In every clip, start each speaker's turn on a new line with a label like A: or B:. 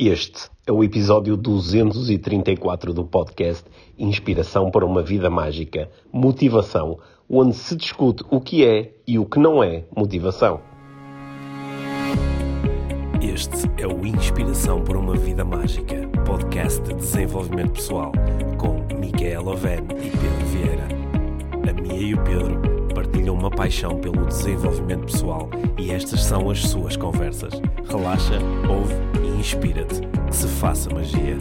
A: Este é o episódio 234 do podcast Inspiração para uma Vida Mágica, Motivação, onde se discute o que é e o que não é motivação.
B: Este é o Inspiração para uma Vida Mágica, podcast de desenvolvimento pessoal, com Micaela Oven e Pedro Vieira. A Mia e o Pedro partilham uma paixão pelo desenvolvimento pessoal e estas são as suas conversas. Relaxa, ouve e inspira-te. Que se faça magia.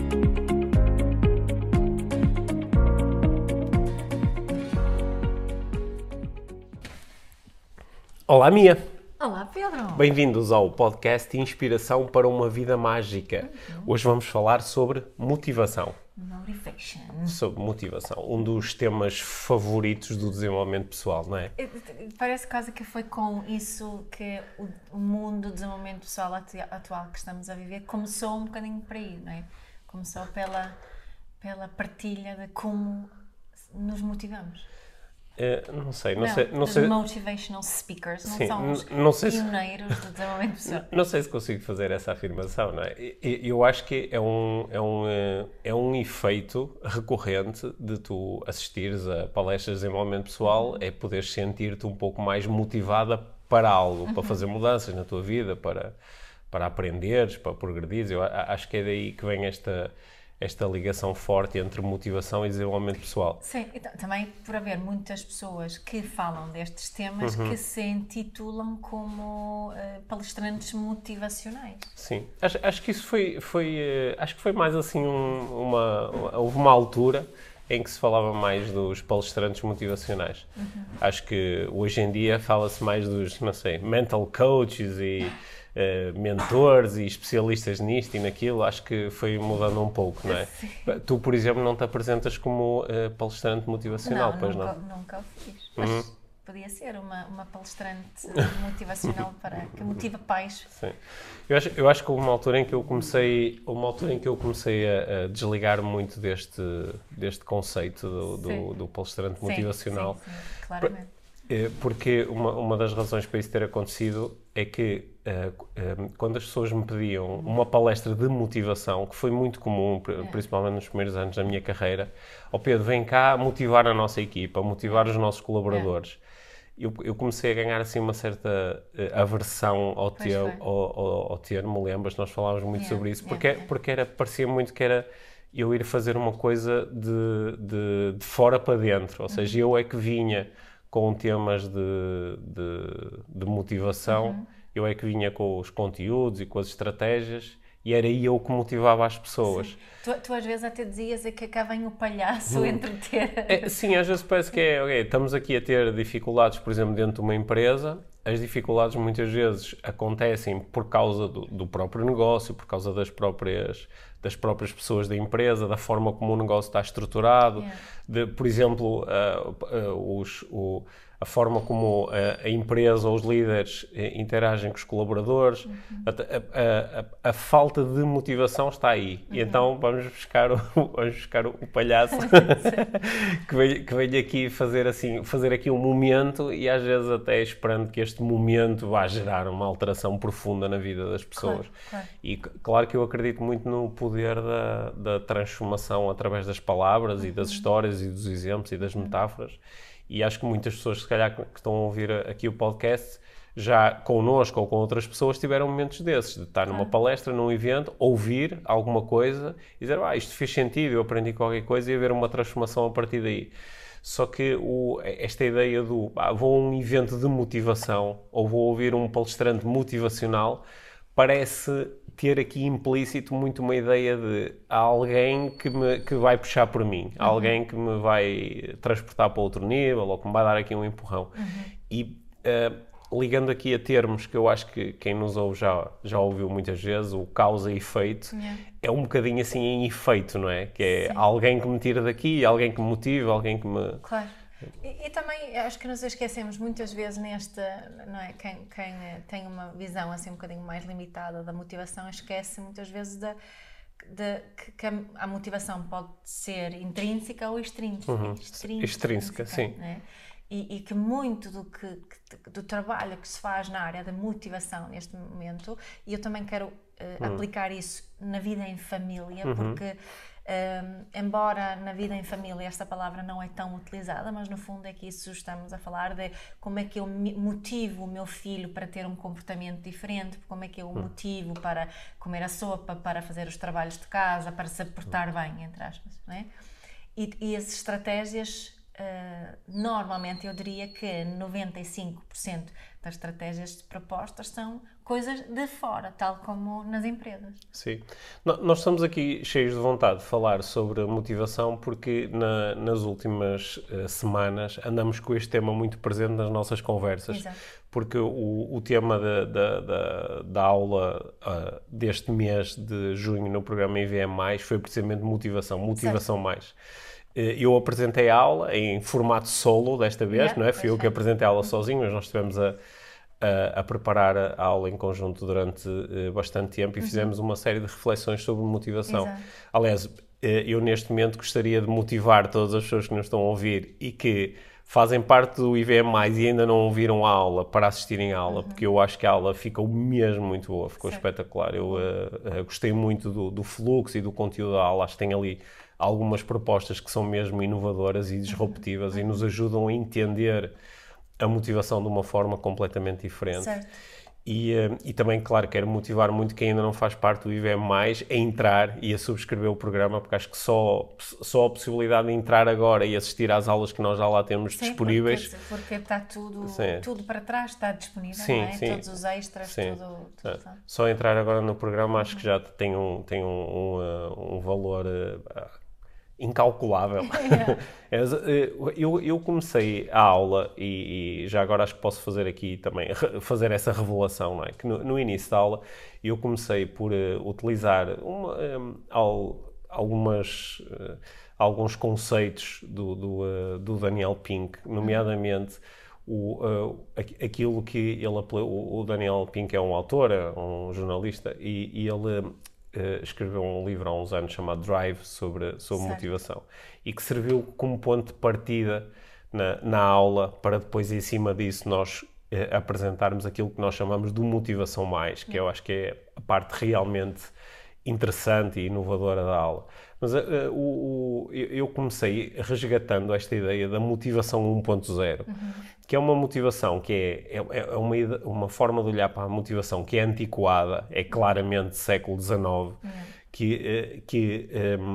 A: Olá, Mia!
C: Olá, Pedro!
A: Bem-vindos ao podcast Inspiração para uma Vida Mágica. Hoje vamos falar sobre motivação.
C: Motivation.
A: Sobre motivação, um dos temas favoritos do desenvolvimento pessoal, não é?
C: Parece quase que foi com isso que o mundo do desenvolvimento pessoal atual que estamos a viver começou um bocadinho por aí, não é? Começou pela partilha de como nos motivamos.
A: Não sei.
C: Os motivational speakers não são os pioneiros do desenvolvimento pessoal.
A: Não sei se consigo fazer essa afirmação, não é? Eu acho que é um efeito recorrente de tu assistires a palestras de desenvolvimento pessoal, é poderes sentir-te um pouco mais motivada para algo, para fazer mudanças na tua vida, para aprenderes, para progredires. Eu acho que é daí que vem esta ligação forte entre motivação e desenvolvimento pessoal.
C: Sim, e também por haver muitas pessoas que falam destes temas que se intitulam como palestrantes motivacionais.
A: Sim, acho que isso acho que foi mais assim houve uma altura em que se falava mais dos palestrantes motivacionais. Acho que hoje em dia fala-se mais dos, não sei, mental coaches e mentores e especialistas nisto e naquilo. Acho que foi mudando um pouco, não é?
C: Sim.
A: Tu, por exemplo, não te apresentas como palestrante motivacional, pois não?
C: Nunca o fiz. Mas podia ser uma palestrante motivacional que motiva pais.
A: Sim. Eu acho que houve uma altura em que eu comecei a desligar muito deste conceito do palestrante motivacional.
C: Sim, claramente.
A: Porque uma das razões para isso ter acontecido é que quando as pessoas me pediam uma palestra de motivação, que foi muito comum, principalmente nos primeiros anos da minha carreira, Pedro, vem cá motivar a nossa equipa, motivar os nossos colaboradores. Eu comecei a ganhar assim uma certa aversão ao termo, lembras? Nós falávamos muito sobre isso, porque parecia muito que era eu ir fazer uma coisa de fora para dentro, ou seja, eu é que vinha com temas de motivação, eu é que vinha com os conteúdos e com as estratégias, e era eu que motivava as pessoas.
C: Sim. Tu às vezes até dizias que cá vem o palhaço entreter.
A: Sim, às vezes parece que estamos aqui a ter dificuldades, por exemplo, dentro de uma empresa. As dificuldades muitas vezes acontecem por causa do próprio negócio, por causa das próprias pessoas da empresa, da forma como o negócio está estruturado, por exemplo, a forma como a empresa ou os líderes interagem com os colaboradores. A falta de motivação está aí. E então vamos buscar o palhaço que vem aqui fazer aqui um momento, e às vezes até esperando que este momento vá gerar uma alteração profunda na vida das pessoas.
C: Claro.
A: E claro que eu acredito muito no poder da transformação através das palavras e das histórias e dos exemplos e das metáforas. E acho que muitas pessoas, se calhar, que estão a ouvir aqui o podcast, já connosco ou com outras pessoas, tiveram momentos desses, de estar numa palestra, num evento, ouvir alguma coisa e dizer, isto fez sentido, eu aprendi qualquer coisa, e haver uma transformação a partir daí. Só que esta ideia vou a um evento de motivação ou vou ouvir um palestrante motivacional, parece ter aqui implícito muito uma ideia de alguém que vai puxar por mim, alguém que me vai transportar para outro nível ou que me vai dar aqui um empurrão. E ligando aqui a termos que eu acho que quem nos ouve já ouviu muitas vezes, o causa e efeito, é um bocadinho assim em efeito, não é? Que é alguém que me tira daqui, alguém que me motiva, alguém que me...
C: Claro. E também acho que nos esquecemos muitas vezes não é? Quem tem uma visão assim um bocadinho mais limitada da motivação esquece muitas vezes que a motivação pode ser intrínseca ou extrínseca,
A: sim.
C: Não é? E que muito do trabalho que se faz na área da motivação neste momento, e eu também quero aplicar isso na vida em família, porque embora na vida em família esta palavra não é tão utilizada, mas no fundo é que isso estamos a falar de como é que eu motivo o meu filho para ter um comportamento diferente, como é que eu o motivo para comer a sopa, para fazer os trabalhos de casa, para se portar bem, entre aspas, não é? E as estratégias, normalmente eu diria que 95% das estratégias propostas são coisas de fora, tal como nas empresas.
A: Sim. Nós estamos aqui cheios de vontade de falar sobre motivação porque nas últimas semanas andamos com este tema muito presente nas nossas conversas.
C: Exato.
A: Porque o tema da aula deste mês de junho no programa IVM+, foi precisamente motivação
C: Certo.
A: mais. Eu apresentei a aula em formato solo desta vez, não é? Fui eu que apresentei a aula sozinho, mas nós estivemos a preparar a aula em conjunto durante bastante tempo e fizemos uma série de reflexões sobre motivação.
C: Exato.
A: Aliás, eu neste momento gostaria de motivar todas as pessoas que nos estão a ouvir e que fazem parte do IVM+, e ainda não ouviram a aula, para assistirem à aula, porque eu acho que a aula ficou mesmo muito boa, ficou espetacular. Eu gostei muito do fluxo e do conteúdo da aula, acho que tem ali algumas propostas que são mesmo inovadoras e disruptivas e nos ajudam a entender a motivação de uma forma completamente diferente.
C: Certo.
A: E também, claro, quero motivar muito quem ainda não faz parte do IVM+, a entrar e a subscrever o programa, porque acho que só a possibilidade de entrar agora e assistir às aulas que nós já lá temos disponíveis...
C: Porque está tudo para trás, está disponível,
A: Sim,
C: não é?
A: sim.
C: Todos os extras, tudo está.
A: Só entrar agora no programa acho que já tem um valor incalculável. Eu comecei a aula e já agora acho que posso fazer aqui também, fazer essa revelação, não é? Que no início da aula eu comecei por utilizar alguns conceitos do Daniel Pink, nomeadamente aquilo que ele o Daniel Pink é um autor, é um jornalista, e ele escreveu um livro há uns anos chamado Drive sobre motivação e que serviu como ponto de partida na aula para depois, em cima disso, nós apresentarmos aquilo que nós chamamos de motivação mais, que eu acho que é a parte realmente interessante e inovadora da aula. Mas eu comecei resgatando esta ideia da motivação 1.0, que é uma motivação que é uma forma de olhar para a motivação que é antiquada, é claramente século XIX, que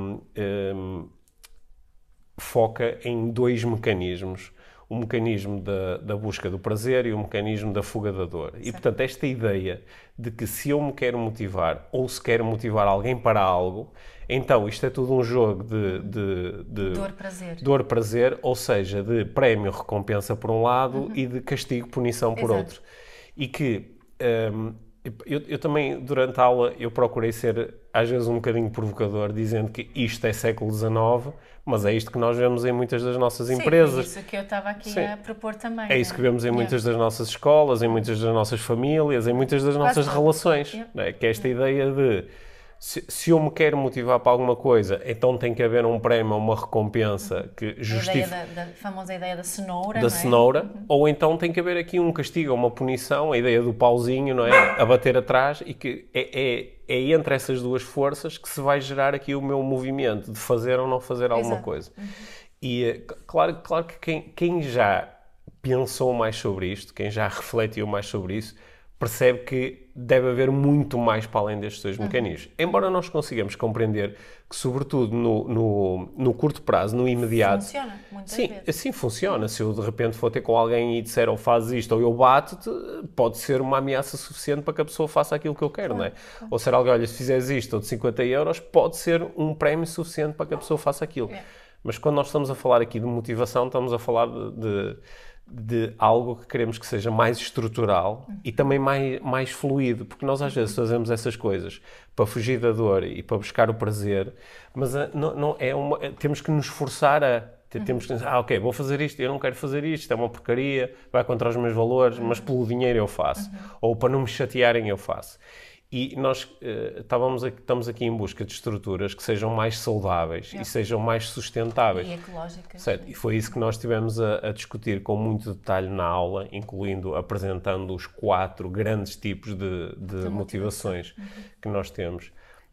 A: foca em dois mecanismos. O mecanismo da busca do prazer e o mecanismo da fuga da dor. E, portanto, esta ideia de que se eu me quero motivar ou se quero motivar alguém para algo, então isto é tudo um jogo de dor-prazer, ou seja, de prémio-recompensa por um lado e de castigo-punição por outro. E que eu também, durante a aula, eu procurei ser, às vezes, um bocadinho provocador, dizendo que isto é século XIX, mas é isto que nós vemos em muitas das nossas empresas.
C: É isso que eu estava aqui a propor também.
A: É isso que vemos em muitas das nossas escolas, em muitas das nossas famílias, em muitas das nossas relações. Não é? Que é esta ideia de, se eu me quero motivar para alguma coisa, então tem que haver um prémio ou uma recompensa que justifique...
C: A famosa ideia da cenoura,
A: da cenoura, ou então tem que haver aqui um castigo ou uma punição, a ideia do pauzinho, não é? A bater atrás, e que é entre essas duas forças que se vai gerar aqui o meu movimento de fazer ou não fazer alguma coisa. E claro que quem já pensou mais sobre isto, quem já refletiu mais sobre isso, percebe que deve haver muito mais para além destes dois mecanismos. Embora nós consigamos compreender que, sobretudo no curto prazo, no imediato...
C: Funciona, muitas
A: sim,
C: vezes.
A: assim funciona. Se eu de repente for ter com alguém e disser ou fazes isto ou eu bato-te, pode ser uma ameaça suficiente para que a pessoa faça aquilo que eu quero, não é? Ou ser alguém, olha, se fizeres isto ou de 50 euros, pode ser um prémio suficiente para que a pessoa faça aquilo. Mas quando nós estamos a falar aqui de motivação, estamos a falar de algo que queremos que seja mais estrutural e também mais fluido, porque nós às vezes fazemos essas coisas para fugir da dor e para buscar o prazer, mas temos que nos forçar temos que dizer, ok, vou fazer isto, eu não quero fazer isto é uma porcaria, vai contra os meus valores, mas pelo dinheiro eu faço, ou para não me chatearem eu faço. E nós estamos aqui em busca de estruturas que sejam mais saudáveis e sejam mais sustentáveis.
C: E ecológicas.
A: Certo? E foi isso que nós estivemos a discutir com muito detalhe na aula, incluindo apresentando os 4 grandes tipos de motivações que nós temos.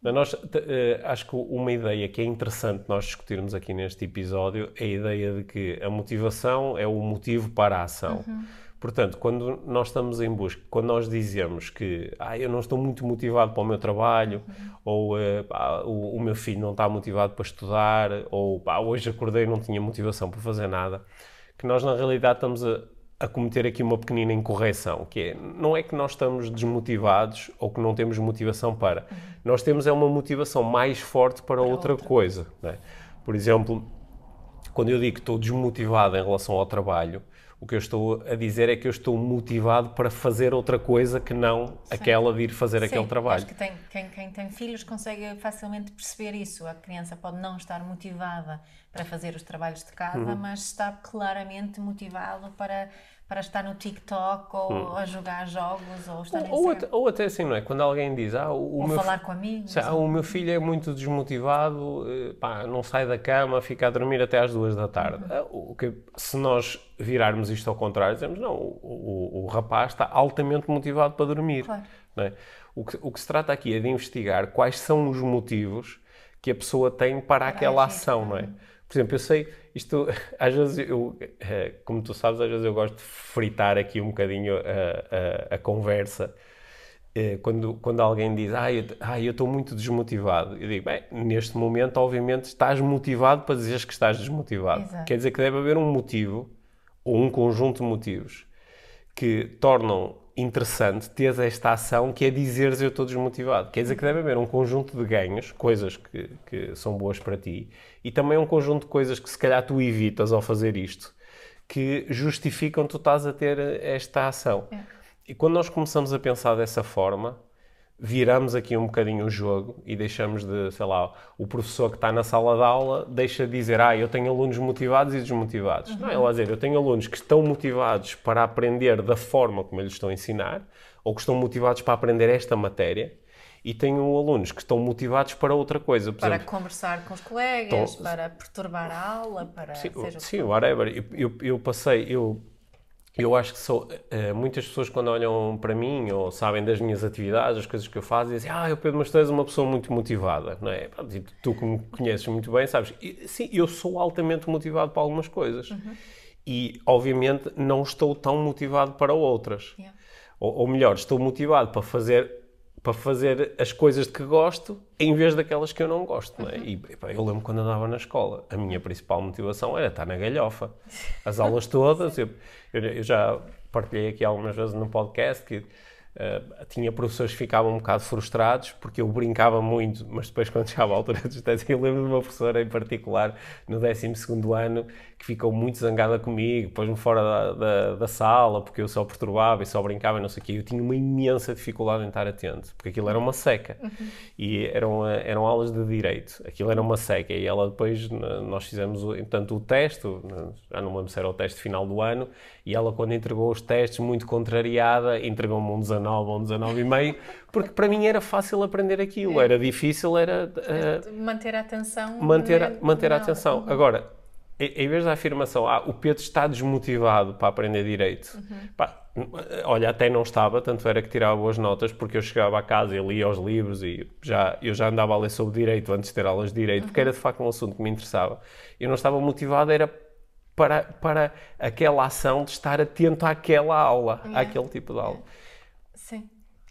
A: Acho que uma ideia que é interessante nós discutirmos aqui neste episódio é a ideia de que a motivação é o motivo para a ação. Portanto, quando nós estamos em busca, quando nós dizemos que eu não estou muito motivado para o meu trabalho, ou o meu filho não está motivado para estudar, ou hoje acordei e não tinha motivação para fazer nada, que nós na realidade estamos a cometer aqui uma pequenina incorreção, que não é que nós estamos desmotivados ou que não temos motivação para. Nós temos uma motivação mais forte para outra coisa. Não é? Por exemplo, quando eu digo que estou desmotivado em relação ao trabalho, o que eu estou a dizer é que eu estou motivado para fazer outra coisa que não aquela de ir fazer aquele trabalho.
C: Acho que quem tem filhos consegue facilmente perceber isso. A criança pode não estar motivada para fazer os trabalhos de casa, mas está claramente motivado para estar no TikTok ou a jogar jogos ou estar
A: ou até assim, não é? Quando alguém diz
C: falar com amigos.
A: O meu filho é muito desmotivado, não sai da cama, fica a dormir até às 2 da tarde. Se nós virarmos isto ao contrário, dizemos, não, o rapaz está altamente motivado para dormir.
C: Claro.
A: Não é? O que se trata aqui é de investigar quais são os motivos que a pessoa tem para aquela ação, não é? Por exemplo, eu sei, isto, às vezes, como tu sabes, às vezes eu gosto de fritar aqui um bocadinho a conversa. Quando alguém diz, eu estou muito desmotivado, eu digo, bem, neste momento, obviamente, estás motivado para dizeres que estás desmotivado.
C: Exato.
A: Quer dizer que deve haver um motivo, ou um conjunto de motivos, que tornam interessante teres esta ação que é dizeres eu estou desmotivado. Quer dizer que deve haver um conjunto de ganhos, coisas que são boas para ti, e também um conjunto de coisas que se calhar tu evitas ao fazer isto, que justificam tu estás a ter esta ação. E quando nós começamos a pensar dessa forma, viramos aqui um bocadinho o jogo e deixamos de, sei lá, o professor que está na sala de aula deixa de dizer, eu tenho alunos motivados e desmotivados. Não, ele vai dizer, eu tenho alunos que estão motivados para aprender da forma como eles estão a ensinar, ou que estão motivados para aprender esta matéria, e tenho alunos que estão motivados para outra coisa. Por exemplo,
C: conversar com os colegas, para perturbar a aula, para
A: Sim, whatever. Eu acho que muitas pessoas quando olham para mim ou sabem das minhas atividades, as coisas que eu faço, dizem, Pedro, mas tu és uma pessoa muito motivada, não é? E tu que me conheces muito bem, sabes? Sim, eu sou altamente motivado para algumas coisas. E, obviamente, não estou tão motivado para outras. Ou melhor, estou motivado para fazer as coisas de que gosto em vez daquelas que eu não gosto, não é? E eu lembro quando andava na escola, a minha principal motivação era estar na galhofa. As aulas todas, eu já partilhei aqui algumas vezes no podcast que tinha professores que ficavam um bocado frustrados porque eu brincava muito, mas depois quando chegava a altura dos testes, eu lembro de uma professora em particular no 12º ano que ficou muito zangada comigo, pôs-me fora da sala porque eu só perturbava e só brincava e não sei o quê. Eu tinha uma imensa dificuldade em estar atento, porque aquilo era uma seca. E eram aulas de Direito, aquilo era uma seca. E ela depois, nós fizemos o teste, já não me lembro se era o teste final do ano, e ela quando entregou os testes, muito contrariada, entregou-me um 19 ou um 19,5, porque para mim era fácil aprender aquilo, era difícil, era...
C: manter a atenção.
A: Manter a atenção. Agora, em vez da afirmação, o Pedro está desmotivado para aprender Direito, olha, até não estava, tanto era que tirava boas notas, porque eu chegava a casa e lia os livros e eu já andava a ler sobre Direito antes de ter aulas de Direito, porque era de facto um assunto que me interessava. Eu não estava motivado, era para aquela ação de estar atento àquela aula, àquele tipo de aula.
C: Sim.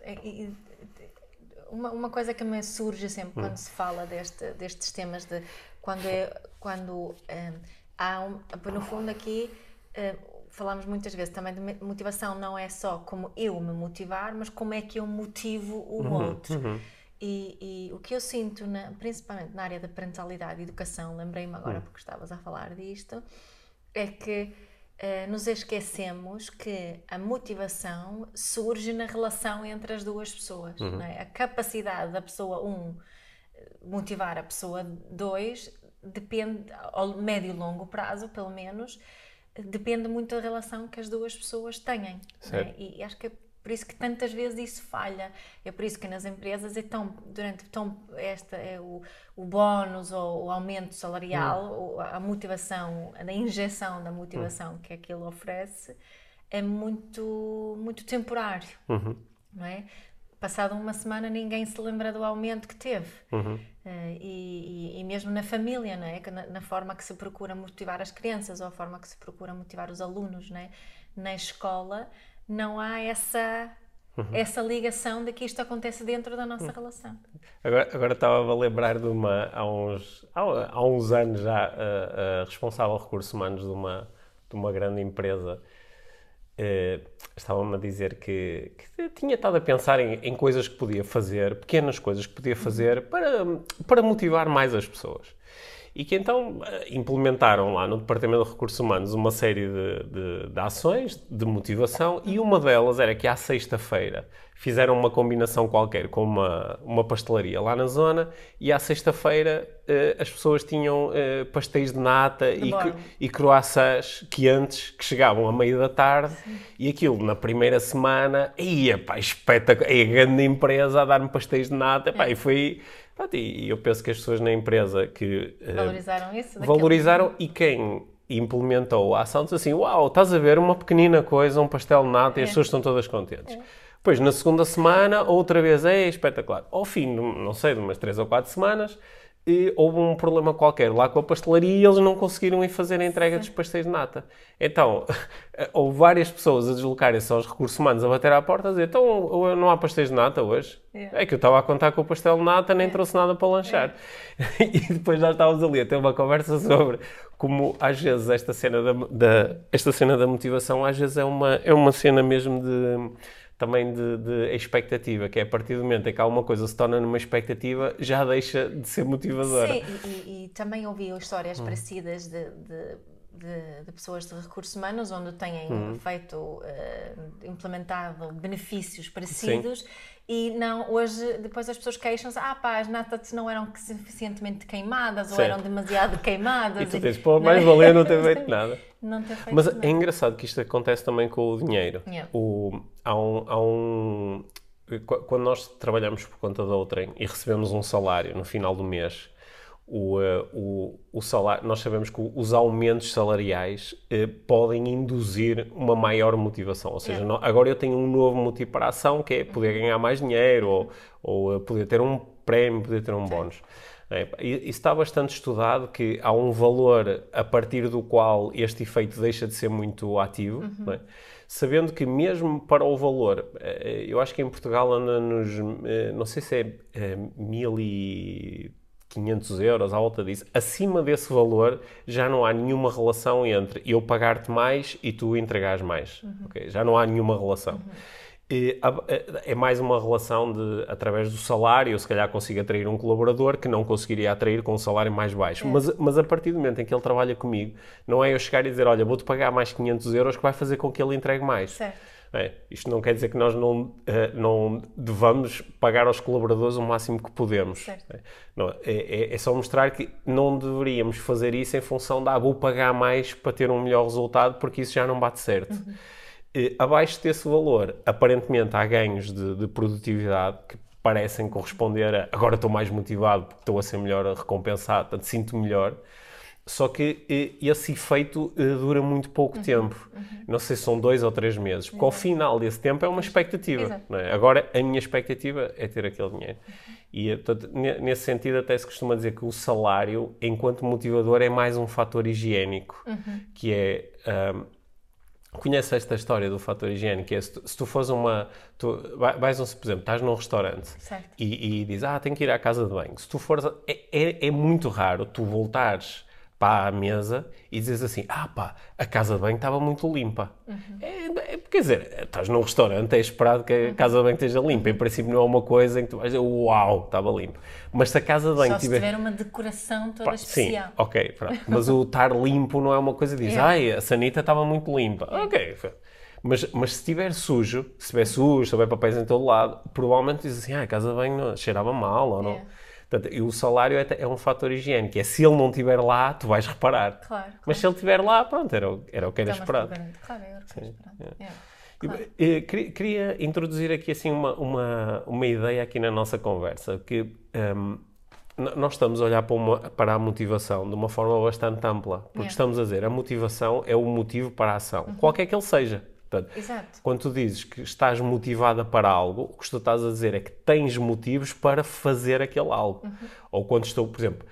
C: Uma coisa que me surge sempre quando se fala destes temas de quando há no fundo aqui falamos muitas vezes também de motivação, não é só como eu me motivar, mas como é que eu motivo o outro. E o que eu sinto, principalmente na área da parentalidade e educação, lembrei-me agora porque estavas a falar disto, é que nos esquecemos que a motivação surge na relação entre as duas pessoas. Não é? A capacidade da pessoa 1 motivar a pessoa 2 depende, ao médio e longo prazo, pelo menos, depende muito da relação que as duas pessoas têm. Não é? E acho que por isso que tantas vezes isso falha. É por isso que nas empresas o bónus ou o aumento salarial, a motivação, a injeção da motivação que aquilo oferece é muito, muito temporário, não é? Passado uma semana ninguém se lembra do aumento que teve. E mesmo na família, não é? Na forma que se procura motivar as crianças ou a forma que se procura motivar os alunos, não é? Na escola não há essa ligação de que isto acontece dentro da nossa relação.
A: Agora estava a lembrar de há uns anos já, a responsável de recursos humanos de uma grande empresa estava-me a dizer que tinha estado a pensar em coisas que podia fazer, pequenas coisas que podia fazer para motivar mais as pessoas. E que então implementaram lá no Departamento de Recursos Humanos uma série de ações de motivação, e uma delas era que à sexta-feira fizeram uma combinação qualquer com uma pastelaria lá na zona, e à sexta-feira as pessoas tinham pastéis de nata e croissants quentes que chegavam à meia da tarde. Sim. E aquilo na primeira semana, espetacular, a grande empresa a dar-me pastéis de nata, e foi... E eu penso que as pessoas na empresa que
C: valorizaram isso,
A: valorizaram, e quem implementou a ação disse assim: uau, estás a ver uma pequenina coisa, um pastel de nata, e as pessoas estão todas contentes. Pois na segunda semana, outra vez, espetacular. Ao fim, não sei, de umas 3 ou 4 semanas, houve um problema qualquer lá com a pastelaria e eles não conseguiram ir fazer a entrega dos pastéis de nata. Então, houve várias pessoas a deslocarem-se aos recursos humanos, a bater à porta, a dizer: então, não há pastéis de nata hoje? É que eu estava a contar com o pastel de nata, nem trouxe nada para lanchar. E depois já estávamos ali a ter uma conversa sobre como, às vezes, esta cena da motivação, às vezes é uma cena mesmo também de expectativa, que é a partir do momento em que alguma coisa se torna numa expectativa, já deixa de ser motivadora.
C: Sim, e também ouvi histórias parecidas de pessoas de recursos humanos onde têm implementado benefícios parecidos. Sim. E não, hoje, depois as pessoas queixam-se: as natas não eram suficientemente queimadas, certo, ou eram demasiado queimadas.
A: E tu dizes: mais valia não ter feito nada.
C: Não ter feito
A: Mas
C: nada.
A: É engraçado que isto acontece também com o dinheiro.
C: Yeah.
A: Quando nós trabalhamos por conta da outrem e recebemos um salário no final do mês, o salário, nós sabemos que os aumentos salariais podem induzir uma maior motivação. Ou seja, agora eu tenho um novo motivo para a ação, que é poder ganhar mais dinheiro, ou poder ter um prémio, poder ter um bónus. Isso está bastante estudado, que há um valor a partir do qual este efeito deixa de ser muito ativo, não é? Sabendo que mesmo para o valor, eu acho que em Portugal anda nos, não sei se é 1.500 euros, à volta disso, acima desse valor já não há nenhuma relação entre eu pagar-te mais e tu entregares mais. Okay? Já não há nenhuma relação. É mais uma relação através do salário, eu se calhar consigo atrair um colaborador que não conseguiria atrair com um salário mais baixo. Mas a partir do momento em que ele trabalha comigo, não é eu chegar e dizer: olha, vou-te pagar mais 500 euros que vai fazer com que ele entregue mais.
C: Certo.
A: Isto não quer dizer que nós não devamos pagar aos colaboradores o máximo que podemos.
C: Certo.
A: Não, é só mostrar que não deveríamos fazer isso em função de vou pagar mais para ter um melhor resultado, porque isso já não bate certo. Abaixo desse valor, aparentemente há ganhos de produtividade que parecem corresponder a agora estou mais motivado porque estou a ser melhor recompensado, portanto sinto melhor. Só que esse efeito dura muito pouco tempo. Não sei se são 2 ou 3 meses, porque ao final desse tempo é uma expectativa. Não é? Agora, a minha expectativa é ter aquele dinheiro. E, portanto, nesse sentido, até se costuma dizer que o salário, enquanto motivador, é mais um fator higiênico, que é... Conheces esta história do fator higiênico? Que é, se tu fores por exemplo, estás num restaurante e dizes: tenho que ir à casa de banho. Se tu fores... É muito raro tu voltares para a mesa e dizes assim: a casa de banho estava muito limpa. Quer dizer, estás num restaurante, é esperado que a casa de banho esteja limpa. Em princípio não é uma coisa em que tu vais dizer: uau, estava limpa. Mas se a casa de banho
C: só se tiver uma decoração toda especial.
A: Sim, ok, pronto. Mas o estar limpo não é uma coisa de dizer: a sanita estava muito limpa. Ok, mas se estiver sujo, se houver papéis em todo lado, provavelmente dizes assim: a casa de banho cheirava mal ou não. Portanto, e o salário é um fator higiênico, que é se ele não estiver lá, tu vais reparar.
C: Claro.
A: Mas se ele estiver lá, pronto, era o que era esperado.
C: Claro, era o que era esperado. Claro.
A: Queria introduzir aqui assim uma ideia aqui na nossa conversa, que nós estamos a olhar para a motivação de uma forma bastante ampla, porque estamos a dizer, a motivação é o motivo para a ação, qualquer que ele seja. Portanto,
C: Exato.
A: quando tu dizes que estás motivada para algo, o que tu estás a dizer é que tens motivos para fazer aquele algo. Ou quando estou, por exemplo,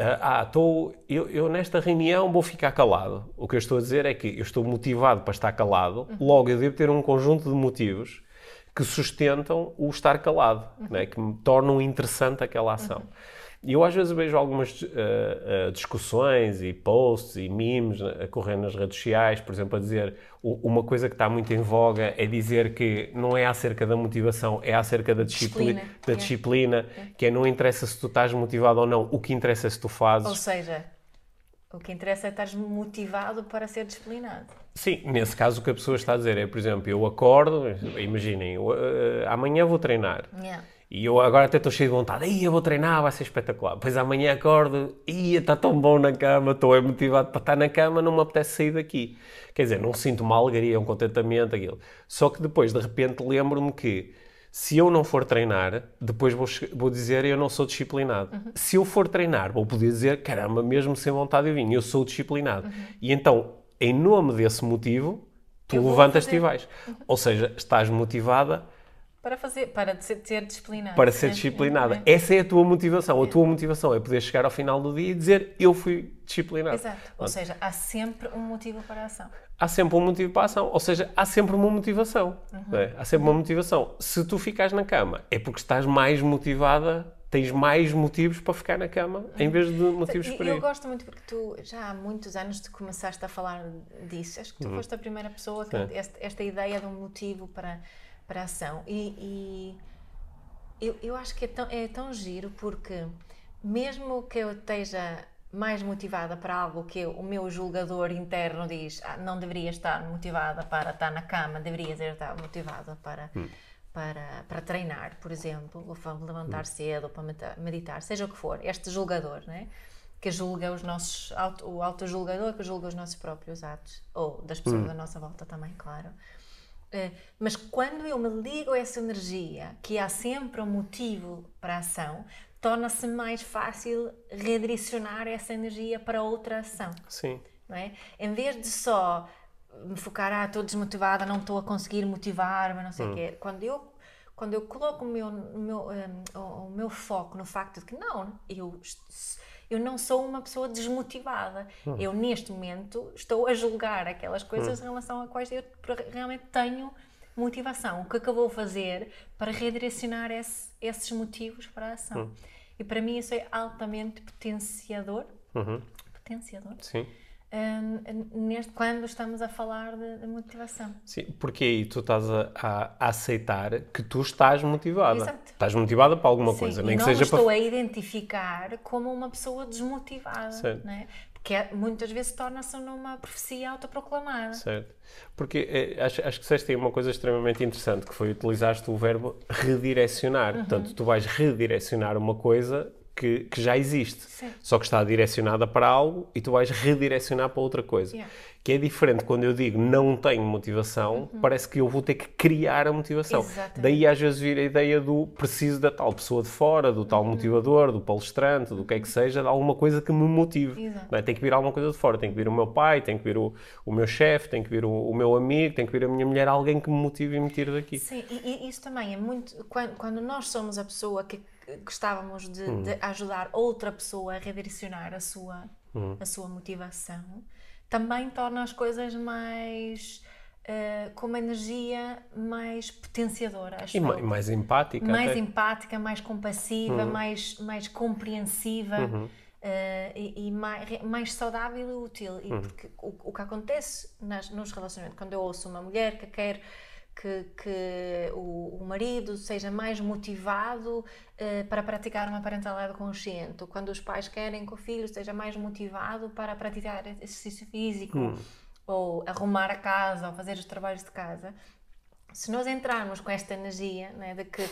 A: eu nesta reunião vou ficar calado. O que eu estou a dizer é que eu estou motivado para estar calado, logo eu devo ter um conjunto de motivos que sustentam o estar calado, né? Que me tornam interessante aquela ação. E eu às vezes vejo algumas discussões e posts e memes a correr nas redes sociais, por exemplo, a dizer uma coisa que está muito em voga é dizer que não é acerca da motivação, é acerca da disciplina, que é não interessa se tu estás motivado ou não, o que interessa é se tu fazes.
C: Ou seja, o que interessa é estar motivado para ser disciplinado.
A: Sim, nesse caso o que a pessoa está a dizer é, por exemplo, eu acordo, imaginem, amanhã vou treinar. E eu agora até estou cheio de vontade. Eu vou treinar, vai ser espetacular. Depois amanhã acordo. Está tão bom na cama. Estou motivado para estar na cama. Não me apetece sair daqui. Quer dizer, não sinto uma alegria, um contentamento, aquilo. Só que depois, de repente, lembro-me que se eu não for treinar, depois vou dizer eu não sou disciplinado. Se eu for treinar, vou poder dizer, caramba, mesmo sem vontade eu vim, eu sou disciplinado. E então, em nome desse motivo, tu levantas-te e vais. Ou seja, estás motivada
C: para ser disciplinada.
A: Para ser disciplinada. Essa é a tua motivação. A tua motivação é poder chegar ao final do dia e dizer eu fui disciplinado.
C: Exato. Ou seja, há sempre um motivo para a ação.
A: Há sempre um motivo para a ação. Ou seja, há sempre uma motivação. Há sempre uma motivação. Se tu ficares na cama, é porque estás mais motivada, tens mais motivos para ficar na cama, em vez de motivos para ir.
C: Eu gosto muito porque tu, já há muitos anos, tu começaste a falar disso. Acho que tu foste a primeira pessoa que esta ideia de um motivo para a ação. E eu acho que é tão giro porque mesmo que eu esteja mais motivada para algo que o meu julgador interno diz não deveria estar motivada para estar na cama, deveria estar motivada para treinar, por exemplo, ou para levantar cedo, ou para meditar, seja o que for, este julgador, né? Que julga o autojulgador que julga os nossos próprios atos, ou das pessoas da nossa volta também, claro. Mas quando eu me ligo a essa energia, que há sempre um motivo para a ação, torna-se mais fácil redirecionar essa energia para outra ação.
A: Sim.
C: Não é? Em vez de só me focar, estou desmotivada, não estou a conseguir motivar-me, não sei o quê. Quando eu coloco o meu foco no facto de que não, eu não sou uma pessoa desmotivada. Eu, neste momento, estou a julgar aquelas coisas em relação a quais eu realmente tenho motivação. O que é que eu vou fazer para redirecionar esses motivos para a ação? E para mim isso é altamente potenciador. Potenciador?
A: Sim.
C: Quando estamos a falar de motivação.
A: Sim, porque aí tu estás a aceitar que tu estás motivada.
C: Exato.
A: Estás motivada para alguma coisa. Nem
C: e
A: que
C: não
A: seja
C: me estou a identificar como uma pessoa desmotivada.
A: Certo.
C: Não é? Porque muitas vezes torna-se numa profecia autoproclamada.
A: Certo. Porque acho que disseste aí uma coisa extremamente interessante, que foi utilizaste o verbo redirecionar. Portanto, tu vais redirecionar uma coisa que já existe, só que está direcionada para algo e tu vais redirecionar para outra coisa. Que é diferente quando eu digo não tenho motivação, parece que eu vou ter que criar a motivação.
C: Exatamente.
A: Daí às vezes vir a ideia do preciso da tal pessoa de fora, do tal motivador, do palestrante, do que é que seja, de alguma coisa que me motive. Não é? Tem que vir alguma coisa de fora, tem que vir o meu pai, tem que vir o meu chefe, tem que vir o meu amigo, tem que vir a minha mulher, alguém que me motive e me tire daqui.
C: Sim, e isso também é muito... Quando nós somos a pessoa que gostávamos de ajudar outra pessoa a redirecionar a sua motivação, também torna as coisas mais... com uma energia mais potenciadora, acho
A: E mais empática.
C: Mais
A: até.
C: empática, mais compassiva, mais compreensiva e mais saudável e útil. E porque o que acontece nos relacionamentos, quando eu ouço uma mulher que quer que o marido seja mais motivado para praticar uma parentalidade consciente, quando os pais querem que o filho seja mais motivado para praticar exercício físico, ou arrumar a casa, ou fazer os trabalhos de casa, se nós entrarmos com esta energia, né, de que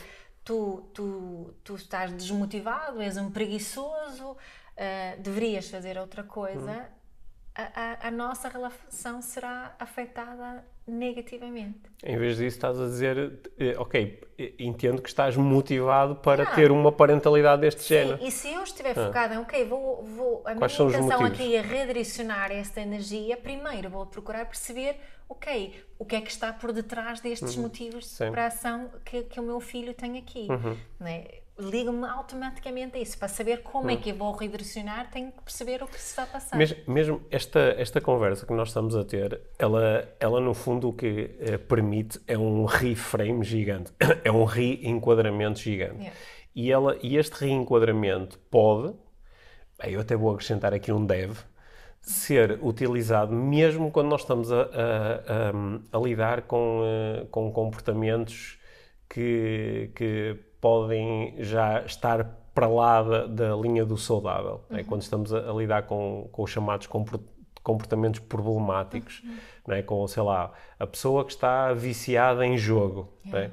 C: tu estás desmotivado, és um preguiçoso, deverias fazer outra coisa, a nossa relação será afetada negativamente.
A: Em vez disso, estás a dizer, ok, entendo que estás motivado para ter uma parentalidade deste género.
C: E se eu estiver focada em, ok, a minha
A: Quais são os
C: intenção
A: motivos?
C: aqui é redirecionar esta energia, primeiro vou procurar perceber, ok, o que é que está por detrás destes motivos para a ação que o meu filho tem aqui. Né? Ligo-me automaticamente a isso. Para saber como é que eu vou redirecionar, tenho que perceber o que se está a passar.
A: Mesmo esta conversa que nós estamos a ter, ela no fundo o que permite é um reframe gigante, é um reenquadramento gigante. Yeah. E este reenquadramento pode, eu até vou acrescentar aqui um deve, ser utilizado mesmo quando nós estamos a lidar com comportamentos que podem já estar para lá da linha do saudável. Né? Quando estamos a lidar com os chamados comportamentos problemáticos, né? Com, sei lá, a pessoa que está viciada em jogo. Né?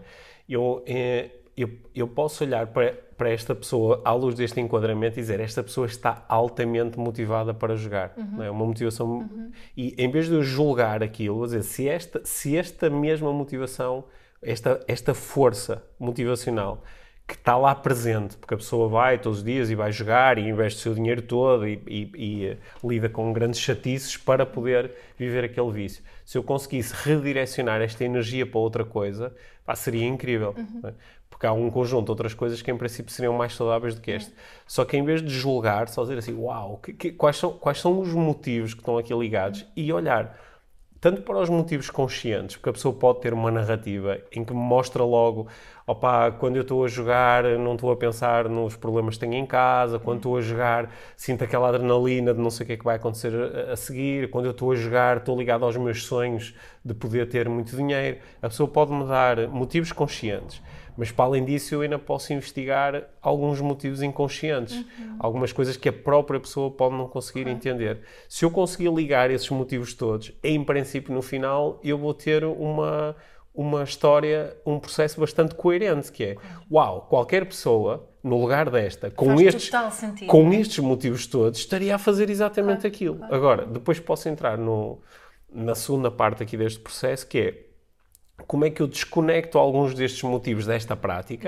A: Eu posso olhar para esta pessoa à luz deste enquadramento e dizer, esta pessoa está altamente motivada para jogar. Não é? Uma motivação... E em vez de eu julgar aquilo, vou dizer, se esta mesma motivação, esta força motivacional que está lá presente, porque a pessoa vai todos os dias e vai jogar e investe o seu dinheiro todo e lida com grandes chatices para poder viver aquele vício. Se eu conseguisse redirecionar esta energia para outra coisa, seria incrível. Não é? Porque há um conjunto de outras coisas que em princípio seriam mais saudáveis do que este. Só que em vez de julgar, só dizer assim, uau, quais são os motivos que estão aqui ligados e olhar tanto para os motivos conscientes, porque a pessoa pode ter uma narrativa em que me mostra logo, quando eu estou a jogar não estou a pensar nos problemas que tenho em casa, quando estou a jogar sinto aquela adrenalina de não sei o que é que vai acontecer a seguir, quando eu estou a jogar estou ligado aos meus sonhos de poder ter muito dinheiro. A pessoa pode-me dar motivos conscientes, mas para além disso eu ainda posso investigar alguns motivos inconscientes, algumas coisas que a própria pessoa pode não conseguir entender. Se eu conseguir ligar esses motivos todos, em princípio no final eu vou ter uma história, um processo bastante coerente, que é, qualquer pessoa, no lugar desta, com estes motivos todos, estaria a fazer exatamente aquilo. Agora, depois posso entrar na segunda parte aqui deste processo, que é, como é que eu desconecto alguns destes motivos desta prática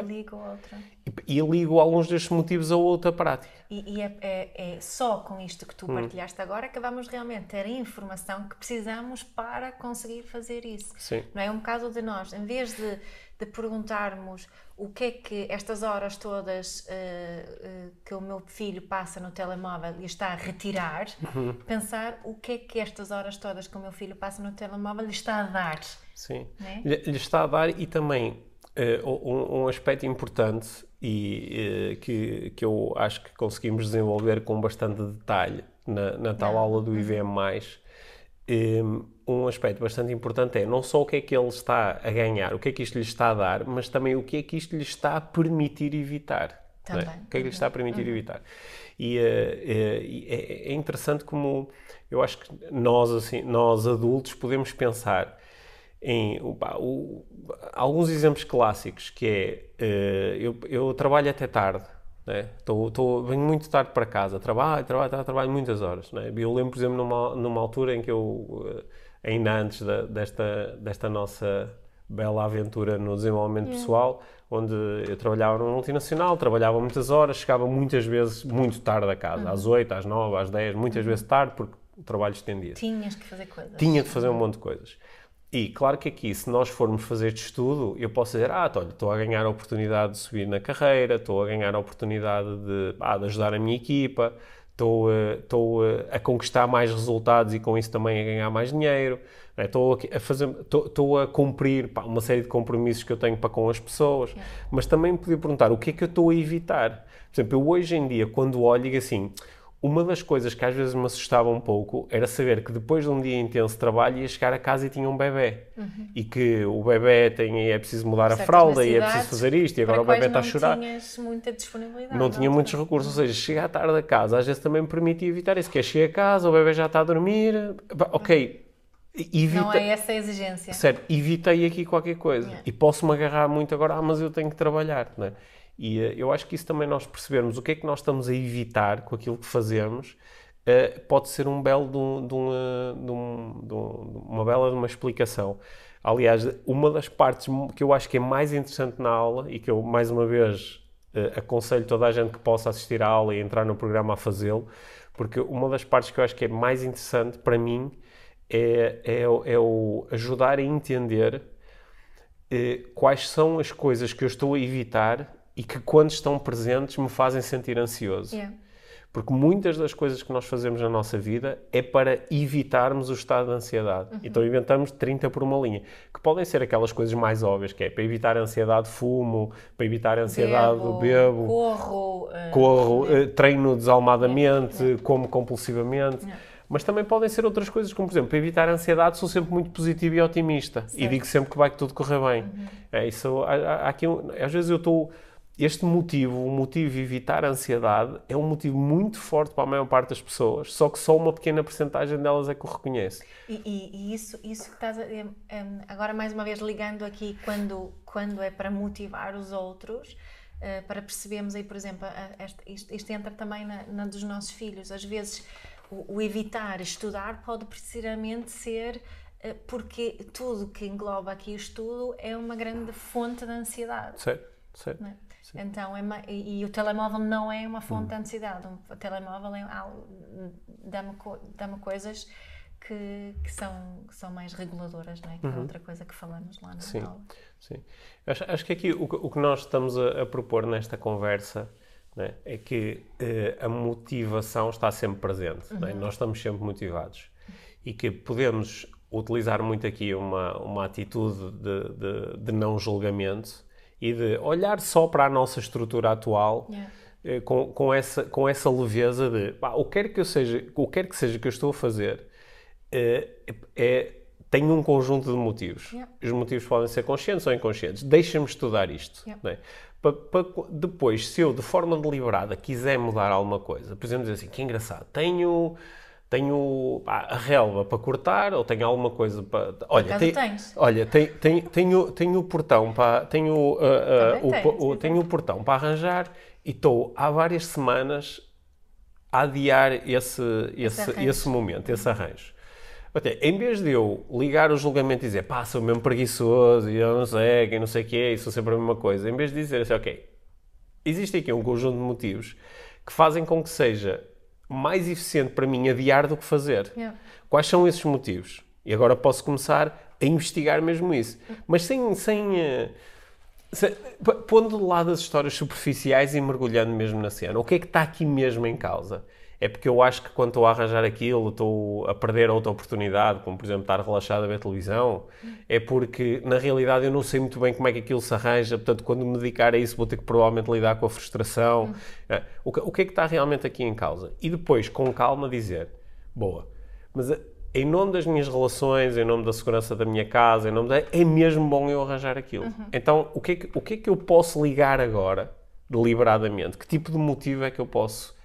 A: e ligo alguns destes motivos a outra prática.
C: E é só com isto que tu partilhaste agora que vamos realmente ter a informação que precisamos para conseguir fazer isso.
A: Sim.
C: Não é um caso de nós, em vez de perguntarmos o que é que estas horas todas que o meu filho passa no telemóvel e está a retirar, pensar o que é que estas horas todas que o meu filho passa no telemóvel lhe está a dar.
A: Sim,
C: né?
A: Lhe está a dar, e também um aspecto importante e que eu acho que conseguimos desenvolver com bastante detalhe na tal aula do IVM+, um aspecto bastante importante é não só o que é que ele está a ganhar, o que é que isto lhe está a dar, mas também o que é que isto lhe está a permitir evitar.
C: Também.
A: Não é? O que é que lhe está a permitir evitar. E é interessante como eu acho que nós adultos podemos pensar em alguns exemplos clássicos, que é, eu trabalho até tarde, né? Venho muito tarde para casa, trabalho muitas horas. Né? Eu lembro, por exemplo, numa altura em que eu, ainda antes desta nossa bela aventura no desenvolvimento pessoal, onde eu trabalhava numa multinacional, trabalhava muitas horas, chegava muitas vezes muito tarde a casa, às 8, às 9, às 10, muitas vezes tarde, porque o trabalho estendia.
C: Tinhas que fazer coisas.
A: Tinha de fazer um monte de coisas. E claro que aqui, se nós formos fazer de estudo, eu posso dizer, olha, estou a ganhar a oportunidade de subir na carreira, estou a ganhar a oportunidade de ajudar a minha equipa, estou a conquistar mais resultados e com isso também a ganhar mais dinheiro, né? Estou a cumprir uma série de compromissos que eu tenho para com as pessoas, mas também me podia perguntar o que é que eu estou a evitar. Por exemplo, eu hoje em dia, quando olho, digo assim, uma das coisas que às vezes me assustava um pouco era saber que depois de um dia intenso de trabalho ia chegar a casa e tinha um bebê. E que o bebê é preciso mudar a fralda e é preciso fazer isto e agora o bebê está a chorar.
C: Não tinhas muita disponibilidade.
A: Não tinha muitos recursos, ou seja, chegar tarde a casa às vezes também me permitia evitar isso, que é chegar a casa, o bebê já está a dormir,
C: não é essa a exigência.
A: Certo, evitei aqui qualquer coisa e posso-me agarrar muito agora, mas eu tenho que trabalhar, não é? E eu acho que isso também nós percebermos o que é que nós estamos a evitar com aquilo que fazemos, pode ser uma bela de uma explicação. Aliás, uma das partes que eu acho que é mais interessante na aula e que eu, mais uma vez, aconselho toda a gente que possa assistir à aula e entrar no programa a fazê-lo, porque uma das partes que eu acho que é mais interessante para mim é o ajudar a entender quais são as coisas que eu estou a evitar e que, quando estão presentes, me fazem sentir ansioso.
C: Yeah.
A: Porque muitas das coisas que nós fazemos na nossa vida é para evitarmos o estado de ansiedade. Então inventamos 30 por uma linha, que podem ser aquelas coisas mais óbvias, que é para evitar a ansiedade fumo, para evitar a ansiedade bebo, corro, treino desalmadamente, como compulsivamente. Mas também podem ser outras coisas, como por exemplo, para evitar a ansiedade sou sempre muito positivo e otimista. Certo. E digo sempre que vai tudo correr bem. Às vezes eu estou... o motivo de evitar a ansiedade é um motivo muito forte para a maior parte das pessoas, só que só uma pequena porcentagem delas é que o reconhece.
C: E isso que estás a... agora, mais uma vez, ligando aqui, quando é para motivar os outros, para percebermos aí, por exemplo, isto entra também na dos nossos filhos. Às vezes, o evitar estudar pode precisamente ser... porque tudo que engloba aqui o estudo é uma grande fonte de ansiedade.
A: Certo.
C: Não é? Então, e o telemóvel não é uma fonte de ansiedade. O telemóvel dá-me coisas que são mais reguladoras, não é? Que é outra coisa que falamos lá na aula.
A: Sim. Acho que aqui o que nós estamos a propor nesta conversa, né, é que a motivação está sempre presente. Né? Nós estamos sempre motivados. E que podemos utilizar muito aqui uma atitude de não julgamento e de olhar só para a nossa estrutura atual com essa leveza de o que quer que seja que eu estou a fazer tem um conjunto de motivos. Os motivos podem ser conscientes ou inconscientes. Deixa-me estudar isto. Né? Depois, se eu de forma deliberada quiser mudar alguma coisa, por exemplo, dizer assim, que engraçado, tenho a relva para cortar ou tenho alguma coisa para... Tenho o portão para... Tenho o portão para arranjar e estou há várias semanas a adiar esse momento, esse arranjo. Em vez de eu ligar o julgamento e dizer sou mesmo preguiçoso e eu não sei, e não sei o quê, e sou sempre a mesma coisa, em vez de dizer assim, existe aqui um conjunto de motivos que fazem com que seja mais eficiente para mim adiar do que fazer. Quais são esses motivos? E agora posso começar a investigar mesmo isso. Mas pondo de lado as histórias superficiais e mergulhando mesmo na cena. O que é que está aqui mesmo em causa? É porque eu acho que quando estou a arranjar aquilo, estou a perder outra oportunidade, como por exemplo estar relaxado a ver televisão, é porque na realidade eu não sei muito bem como é que aquilo se arranja, portanto quando me dedicar a isso vou ter que provavelmente lidar com a frustração. O que é que está realmente aqui em causa? E depois, com calma, dizer, mas em nome das minhas relações, em nome da segurança da minha casa, é mesmo bom eu arranjar aquilo. Então, o que é que eu posso ligar agora, deliberadamente? Que tipo de motivo é que eu posso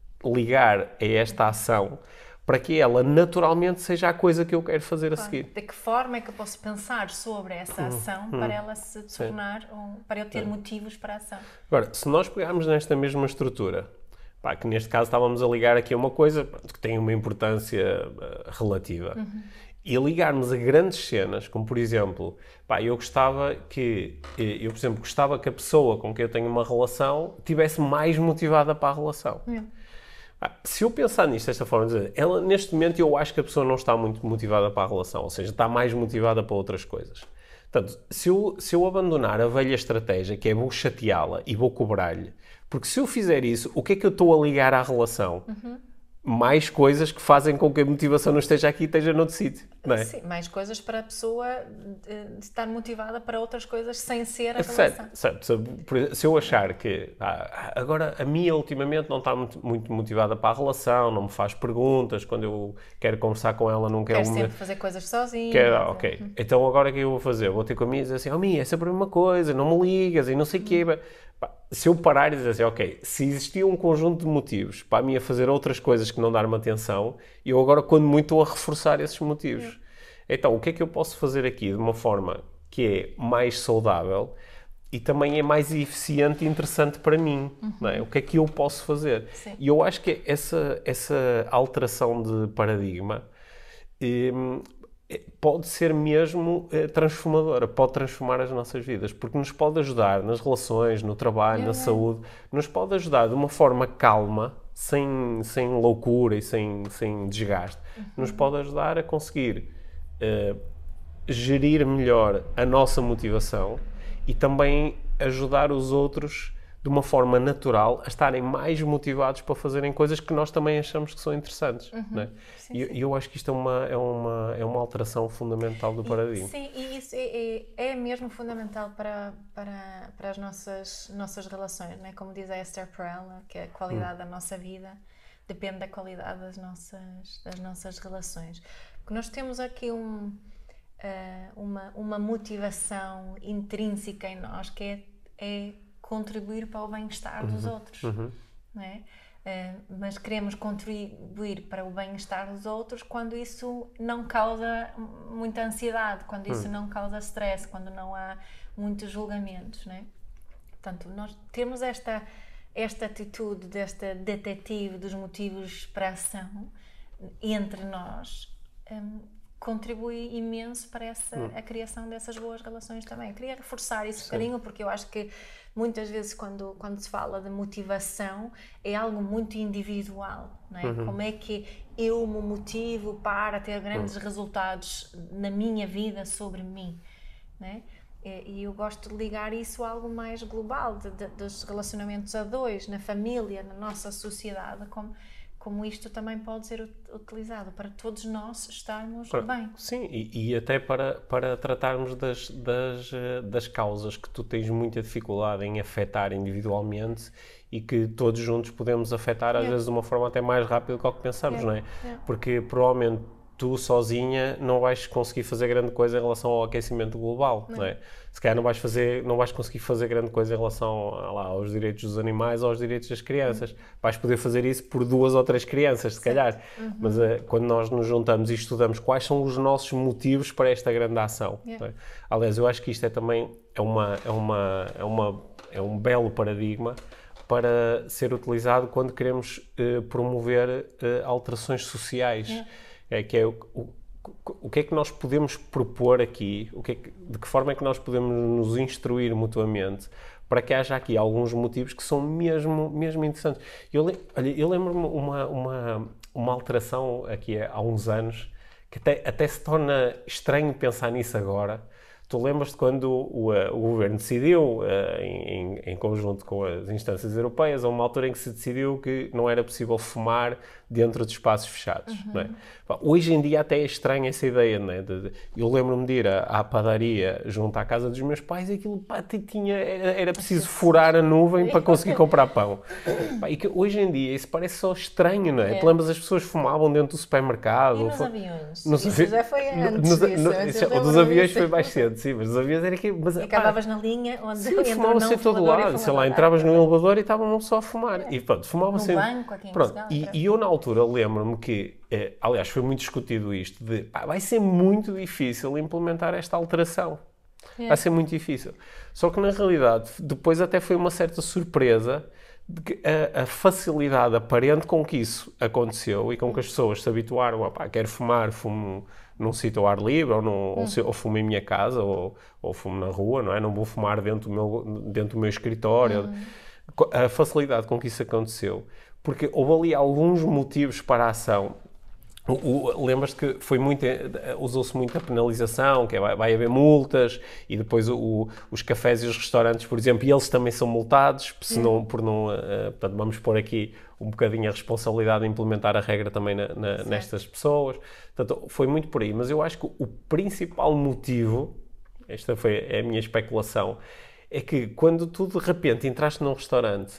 A: ligar a esta ação para que ela naturalmente seja a coisa que eu quero fazer a seguir?
C: De que forma é que eu posso pensar sobre essa ação para ela se tornar, para eu ter motivos para a ação? Agora,
A: se nós pegarmos nesta mesma estrutura, que neste caso estávamos a ligar aqui a uma coisa que tem uma importância relativa, e ligarmos a grandes cenas, como por exemplo, eu gostava que a pessoa com quem eu tenho uma relação estivesse mais motivada para a relação. Se eu pensar nisto desta forma, neste momento eu acho que a pessoa não está muito motivada para a relação, ou seja, está mais motivada para outras coisas. Portanto, se eu abandonar a velha estratégia, que é vou chateá-la e vou cobrar-lhe, porque se eu fizer isso, o que é que eu estou a ligar à relação? Mais coisas que fazem com que a motivação não esteja aqui e esteja noutro sítio, não é?
C: Sim, mais coisas para a pessoa estar motivada para outras coisas sem ser a relação.
A: Certo. Se eu achar que agora a minha ultimamente não está muito motivada para a relação, não me faz perguntas, quando eu quero conversar com ela não quero
C: sempre fazer coisas sozinho.
A: Então agora o que eu vou fazer? Vou ter com a minha e dizer assim, Mia, é sempre a mesma coisa, não me ligas e não sei o quê. Se eu parar e dizer assim, se existia um conjunto de motivos para a minha fazer outras coisas que não dar-me atenção, eu agora, quando muito, estou a reforçar esses motivos. Então, o que é que eu posso fazer aqui de uma forma que é mais saudável e também é mais eficiente e interessante para mim. Não é? O que é que eu posso fazer?
C: Sim.
A: E eu acho que essa alteração de paradigma pode ser mesmo transformadora, pode transformar as nossas vidas, porque nos pode ajudar nas relações, no trabalho, na saúde, nos pode ajudar de uma forma calma, sem loucura e sem desgaste, nos pode ajudar a conseguir gerir melhor a nossa motivação e também ajudar os outros de uma forma natural a estarem mais motivados para fazerem coisas que nós também achamos que são interessantes. Não é? E eu acho que isto é uma alteração fundamental do paradigma.
C: Sim, e isso é mesmo fundamental para as nossas relações, não é? Como diz a Esther Perel, que a qualidade da nossa vida depende da qualidade das nossas relações. Porque nós temos aqui uma motivação intrínseca em nós que é contribuir para o bem-estar dos outros, não é? Mas queremos contribuir para o bem-estar dos outros quando isso não causa muita ansiedade, quando isso não causa stress, quando não há muitos julgamentos, não é? Portanto, nós temos esta atitude desta detetive dos motivos para a ação entre nós, contribui imenso para a criação dessas boas relações também. Eu queria reforçar isso um bocadinho, porque eu acho que muitas vezes quando se fala de motivação é algo muito individual, não é? Como é que eu me motivo para ter grandes resultados na minha vida sobre mim, não é? E eu gosto de ligar isso a algo mais global, dos relacionamentos a dois, na família, na nossa sociedade, como isto também pode ser utilizado para todos nós estarmos bem.
A: Sim, e até para tratarmos das causas que tu tens muita dificuldade em afetar individualmente e que todos juntos podemos afetar, às vezes de uma forma até mais rápida do que o que pensamos, não é? Porque provavelmente tu sozinha não vais conseguir fazer grande coisa em relação ao aquecimento global, não é? Se calhar não vais conseguir fazer grande coisa em relação aos direitos dos animais ou aos direitos das crianças. Vais poder fazer isso por 2 ou 3 crianças, se calhar. Mas quando nós nos juntamos e estudamos quais são os nossos motivos para esta grande ação. Não é? Aliás, eu acho que isto também é um belo paradigma para ser utilizado quando queremos promover alterações sociais. O que é que nós podemos propor aqui, de que forma é que nós podemos nos instruir mutuamente para que haja aqui alguns motivos que são mesmo interessantes. Eu lembro-me uma alteração aqui há uns anos que até se torna estranho pensar nisso agora. Tu lembras-te quando o governo decidiu, em conjunto com as instâncias europeias, a uma altura em que se decidiu que não era possível fumar dentro de espaços fechados, não é? Hoje em dia até é estranho essa ideia, não é? Eu lembro-me de ir à padaria junto à casa dos meus pais e aquilo era preciso furar a nuvem para conseguir comprar pão. E que hoje em dia isso parece só estranho, não é? Tu lembras, as pessoas fumavam dentro do supermercado.
C: E nos aviões? Isso já foi antes disso.
A: O dos aviões foi mais cedo, sim, mas os aviões era que...
C: E acabavas na linha onde
A: fumava-se em todo lado, sei lá, entravas no elevador e estava uma pessoa a fumar. E pronto, fumava-se...
C: No banco, aqui em Portugal.
A: E eu na altura lembro-me que, aliás, foi muito discutido isto, vai ser muito difícil implementar esta alteração. Vai ser muito difícil. Só que na realidade, depois até foi uma certa surpresa de que a facilidade aparente com que isso aconteceu e com que as pessoas se habituaram a, quero fumar, fumo num sítio ao ar livre, ou fumo em minha casa, ou fumo na rua, não é? Não vou fumar dentro do meu escritório. A facilidade com que isso aconteceu, porque houve ali alguns motivos para a ação. Lembras-te que usou-se muito a penalização, que vai haver multas, e depois os cafés e os restaurantes, por exemplo, e eles também são multados, portanto, vamos pôr aqui um bocadinho a responsabilidade de implementar a regra também nestas pessoas. Portanto, foi muito por aí, mas eu acho que o principal motivo, esta foi a minha especulação, é que quando tu de repente entraste num restaurante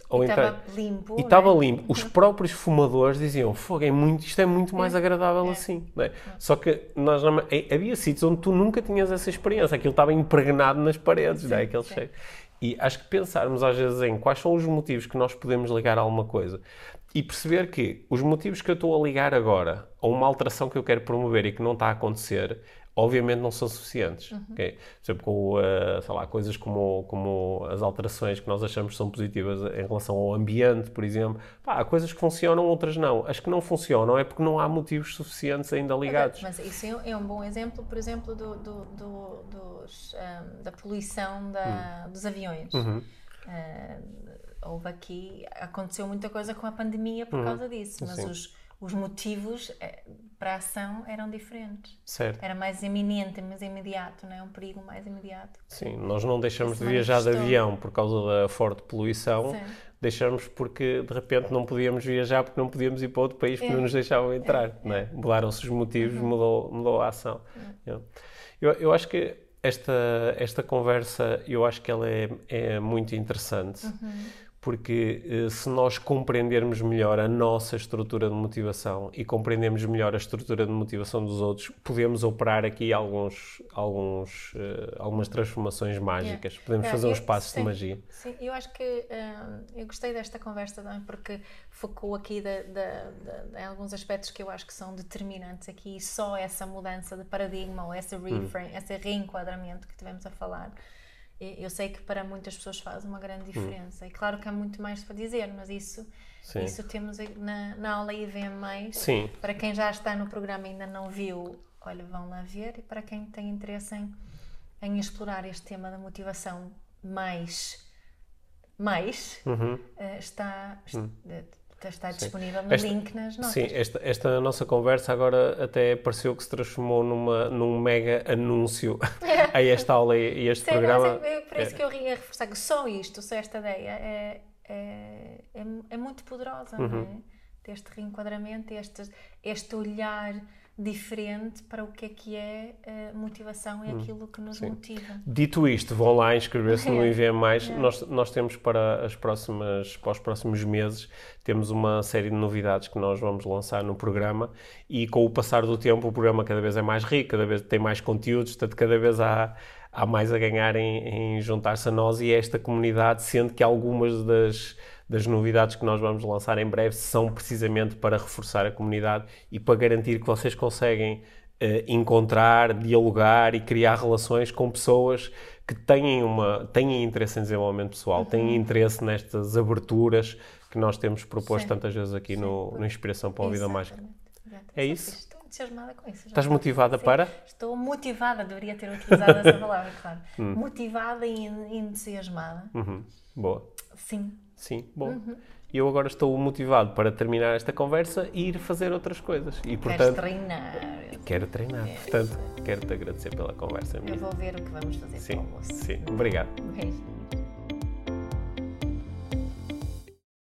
C: e estava
A: limpo, os próprios fumadores diziam, isto é muito mais agradável assim. Não é? Só que havia sítios onde tu nunca tinhas essa experiência, aquilo estava impregnado nas paredes, não é? Aquele cheiro. E acho que pensarmos às vezes em quais são os motivos que nós podemos ligar a alguma coisa e perceber que os motivos que eu estou a ligar agora a uma alteração que eu quero promover e que não está a acontecer, obviamente não são suficientes. Okay? Por exemplo, com, sei lá, coisas como as alterações que nós achamos que são positivas em relação ao ambiente, por exemplo. Pá, há coisas que funcionam, outras não. As que não funcionam é porque não há motivos suficientes ainda ligados.
C: Mas isso é um bom exemplo, por exemplo, da poluição dos aviões. Houve aqui, aconteceu muita coisa com a pandemia por causa disso, mas os motivos para a ação eram diferentes.
A: Certo.
C: Era mais iminente, mais imediato, não é? Um perigo mais imediato.
A: Sim, nós não deixamos de viajar de avião por causa da forte poluição, deixamos porque de repente não podíamos viajar porque não podíamos ir para outro país porque não nos deixavam entrar, não é? Mudaram-se os motivos, mudou a ação. Eu acho que esta conversa, eu acho que ela é muito interessante. Porque se nós compreendermos melhor a nossa estrutura de motivação e compreendermos melhor a estrutura de motivação dos outros, podemos operar aqui algumas transformações mágicas. Podemos fazer uns passos de magia.
C: Sim, eu acho que eu gostei desta conversa também porque focou aqui em alguns aspectos que eu acho que são determinantes aqui, e só essa mudança de paradigma ou esse reframe, esse reenquadramento que tivemos a falar. Eu sei que para muitas pessoas faz uma grande diferença. E claro que há muito mais para dizer, mas isso temos na aula IVM+. Para quem já está no programa e ainda não viu, olha, vão lá ver. E para quem tem interesse em explorar este tema da motivação está disponível no link nas notas.
A: Sim, esta nossa conversa agora até pareceu que se transformou num mega anúncio a esta aula e este programa.
C: É por isso que eu ia reforçar que só esta ideia é muito poderosa, não é? Deste reenquadramento, este olhar diferente para o que é motivação e aquilo que nos motiva.
A: Dito isto, vão lá inscrever-se no IVM+. Nós temos para os próximos meses, temos uma série de novidades que nós vamos lançar no programa, e com o passar do tempo o programa cada vez é mais rico, cada vez tem mais conteúdos, portanto cada vez há mais a ganhar em juntar-se a nós e a esta comunidade, sendo que algumas das novidades que nós vamos lançar em breve são precisamente para reforçar a comunidade e para garantir que vocês conseguem encontrar, dialogar e criar relações com pessoas que têm interesse em desenvolvimento pessoal, têm interesse nestas aberturas que nós temos proposto tantas vezes aqui no Inspiração para uma Vida Mágica. É isso?
C: Estou entusiasmada com isso.
A: Estás motivada para?
C: Estou motivada, deveria ter utilizado essa palavra, claro. Motivada e entusiasmada.
A: Boa.
C: Sim,
A: bom. Eu agora estou motivado para terminar esta conversa e ir fazer outras coisas. E, portanto, Quero treinar. Portanto, quero-te agradecer pela conversa.
C: Eu vou ver o que vamos fazer para o almoço.
A: Sim, obrigado.
C: Um beijo.